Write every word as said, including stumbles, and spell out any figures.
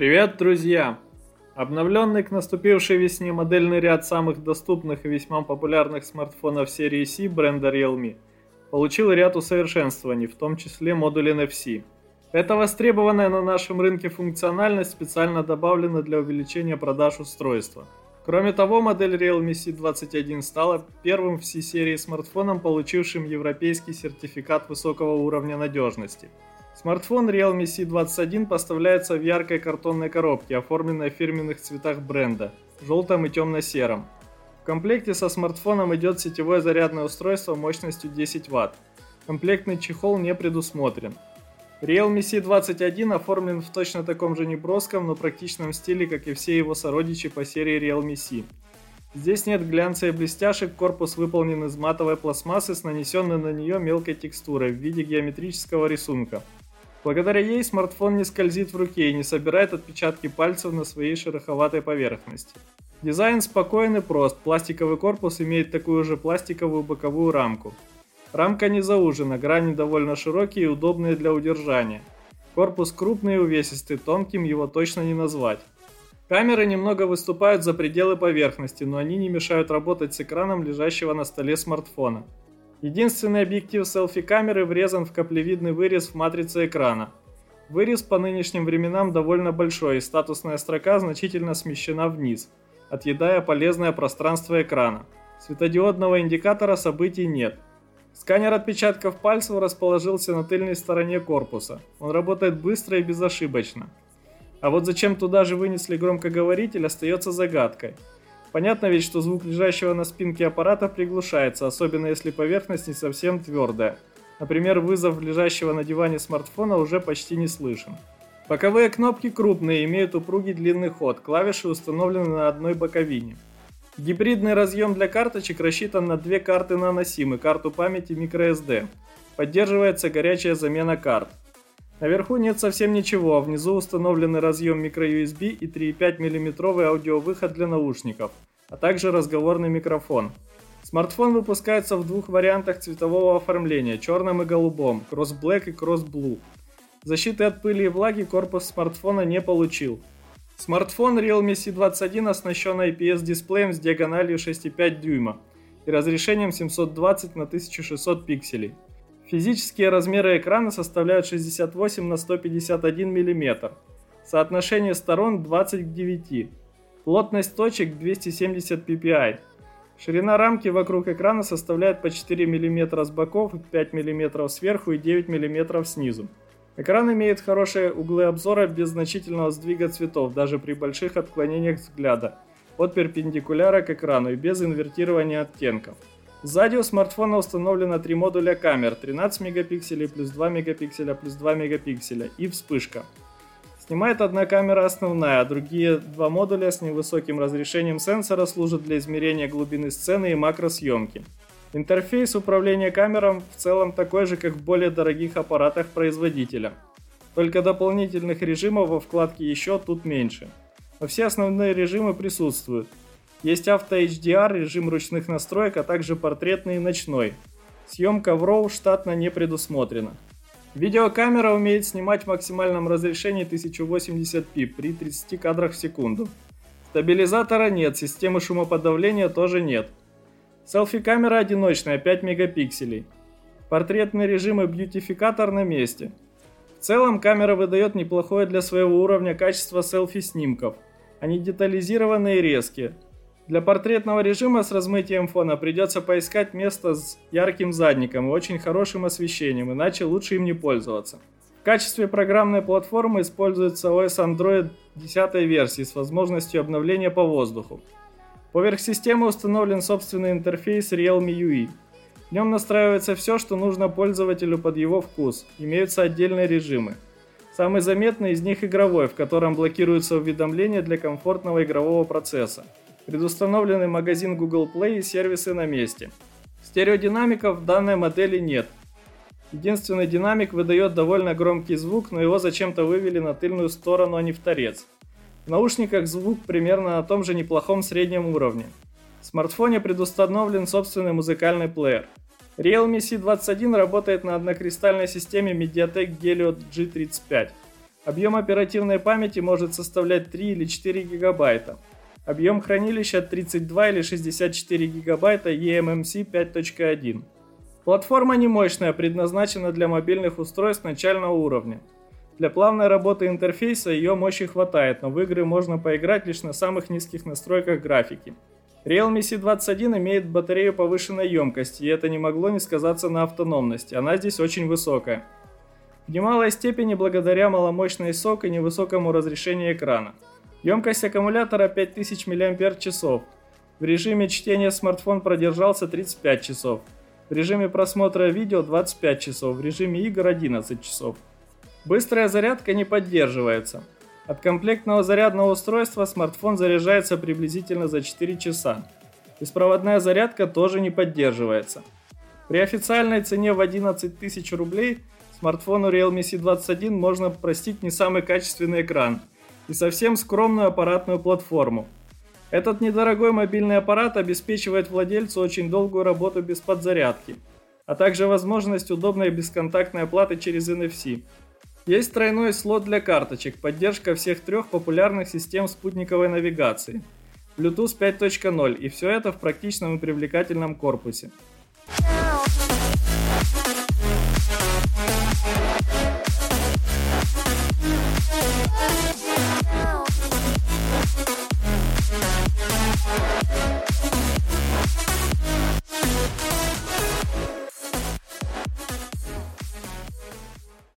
Привет, друзья! Обновленный к наступившей весне модельный ряд самых доступных и весьма популярных смартфонов серии C бренда Realme получил ряд усовершенствований, в том числе модуль эн эф си. Эта востребованная на нашем рынке функциональность специально добавлена для увеличения продаж устройства. Кроме того, модель Realme си двадцать один стала первым в C-серии смартфоном, получившим европейский сертификат высокого уровня надежности. Смартфон Realme си двадцать один поставляется в яркой картонной коробке, оформленной в фирменных цветах бренда – желтом и темно-сером. В комплекте со смартфоном идет сетевое зарядное устройство мощностью десять ватт. Комплектный чехол не предусмотрен. Realme си двадцать один оформлен в точно таком же неброском, но практичном стиле, как и все его сородичи по серии Realme C. Здесь нет глянца и блестяшек, корпус выполнен из матовой пластмассы с нанесенной на нее мелкой текстурой в виде геометрического рисунка. Благодаря ей смартфон не скользит в руке и не собирает отпечатки пальцев на своей шероховатой поверхности. Дизайн спокоен и прост, пластиковый корпус имеет такую же пластиковую боковую рамку. Рамка не заужена, грани довольно широкие и удобные для удержания. Корпус крупный и увесистый, тонким его точно не назвать. Камеры немного выступают за пределы поверхности, но они не мешают работать с экраном лежащего на столе смартфона. Единственный объектив селфи-камеры врезан в каплевидный вырез в матрице экрана. Вырез по нынешним временам довольно большой, и статусная строка значительно смещена вниз, отъедая полезное пространство экрана. Светодиодного индикатора событий нет. Сканер отпечатков пальцев расположился на тыльной стороне корпуса. Он работает быстро и безошибочно. А вот зачем туда же вынесли громкоговоритель, остается загадкой. Понятно ведь, что звук лежащего на спинке аппарата приглушается, особенно если поверхность не совсем твердая. Например, вызов лежащего на диване смартфона уже почти не слышен. Боковые кнопки крупные, имеют упругий длинный ход, клавиши установлены на одной боковине. Гибридный разъем для карточек рассчитан на две карты Nano SIM и карту памяти microSD. Поддерживается горячая замена карт. Наверху нет совсем ничего, а внизу установлены разъем microUSB и три и пять миллиметровый аудиовыход для наушников, а также разговорный микрофон. Смартфон выпускается в двух вариантах цветового оформления – черном и голубом, Cross Black и Cross Blue. Защиты от пыли и влаги корпус смартфона не получил. Смартфон Realme си двадцать один оснащен ай пи эс-дисплеем с диагональю шесть и пять дюйма и разрешением семьсот двадцать на тысяча шестьсот пикселей. Физические размеры экрана составляют шестьдесят восемь на сто пятьдесят один миллиметр. Соотношение сторон двадцать к девяти. Плотность точек двести семьдесят пи пи ай. Ширина рамки вокруг экрана составляет по четыре миллиметра с боков, пять миллиметров сверху и девять миллиметров снизу. Экран имеет хорошие углы обзора без значительного сдвига цветов, даже при больших отклонениях взгляда от перпендикуляра к экрану и без инвертирования оттенков. Сзади у смартфона установлено три модуля камер: тринадцать мегапикселей, плюс два мегапикселя, плюс два мегапикселя и вспышка. Снимает одна камера основная, а другие два модуля с невысоким разрешением сенсора служат для измерения глубины сцены и макросъемки. Интерфейс управления камерам в целом такой же, как в более дорогих аппаратах производителя. Только дополнительных режимов во вкладке «Еще» тут меньше. Но все основные режимы присутствуют. Есть авто эйч ди ар, режим ручных настроек, а также портретный и ночной. Съемка в роу штатно не предусмотрена. Видеокамера умеет снимать в максимальном разрешении тысяча восемьдесят пи при тридцати кадрах в секунду. Стабилизатора нет, системы шумоподавления тоже нет. Селфи-камера одиночная, пять мегапикселей. Портретный режим и бьютификатор на месте. В целом камера выдает неплохое для своего уровня качество селфи-снимков. Они детализированные и резкие. Для портретного режима с размытием фона придется поискать место с ярким задником и очень хорошим освещением, иначе лучше им не пользоваться. В качестве программной платформы используется о эс Android десятой версии с возможностью обновления по воздуху. Поверх системы установлен собственный интерфейс Realme ю и. В нем настраивается все, что нужно пользователю под его вкус, имеются отдельные режимы. Самый заметный из них игровой, в котором блокируются уведомления для комфортного игрового процесса. Предустановленный магазин Google Play и сервисы на месте. Стереодинамиков в данной модели нет. Единственный динамик выдает довольно громкий звук, но его зачем-то вывели на тыльную сторону, а не в торец. В наушниках звук примерно на том же неплохом среднем уровне. В смартфоне предустановлен собственный музыкальный плеер. Realme си двадцать один работает на однокристальной системе Mediatek Helio джи тридцать пять. Объем оперативной памяти может составлять три или четыре гигабайта. Объем хранилища тридцать два или шестьдесят четыре гигабайта и эм эм си пять точка один. Платформа не мощная, предназначена для мобильных устройств начального уровня. Для плавной работы интерфейса ее мощи хватает, но в игры можно поиграть лишь на самых низких настройках графики. Realme си двадцать один имеет батарею повышенной емкости, и это не могло не сказаться на автономности, она здесь очень высокая. В немалой степени благодаря маломощной сок и невысокому разрешению экрана. Емкость аккумулятора пять тысяч мАч. В режиме чтения смартфон продержался тридцать пять часов. В режиме просмотра видео двадцать пять часов, в режиме игр одиннадцать часов. Быстрая зарядка не поддерживается. От комплектного зарядного устройства смартфон заряжается приблизительно за четыре часа. Беспроводная зарядка тоже не поддерживается. При официальной цене в одиннадцать тысяч рублей смартфону Realme си двадцать один можно простить не самый качественный экран и совсем скромную аппаратную платформу. Этот недорогой мобильный аппарат обеспечивает владельцу очень долгую работу без подзарядки, а также возможность удобной бесконтактной оплаты через эн эф си. Есть тройной слот для карточек, поддержка всех трех популярных систем спутниковой навигации, Bluetooth пять точка ноль, и все это в практичном и привлекательном корпусе.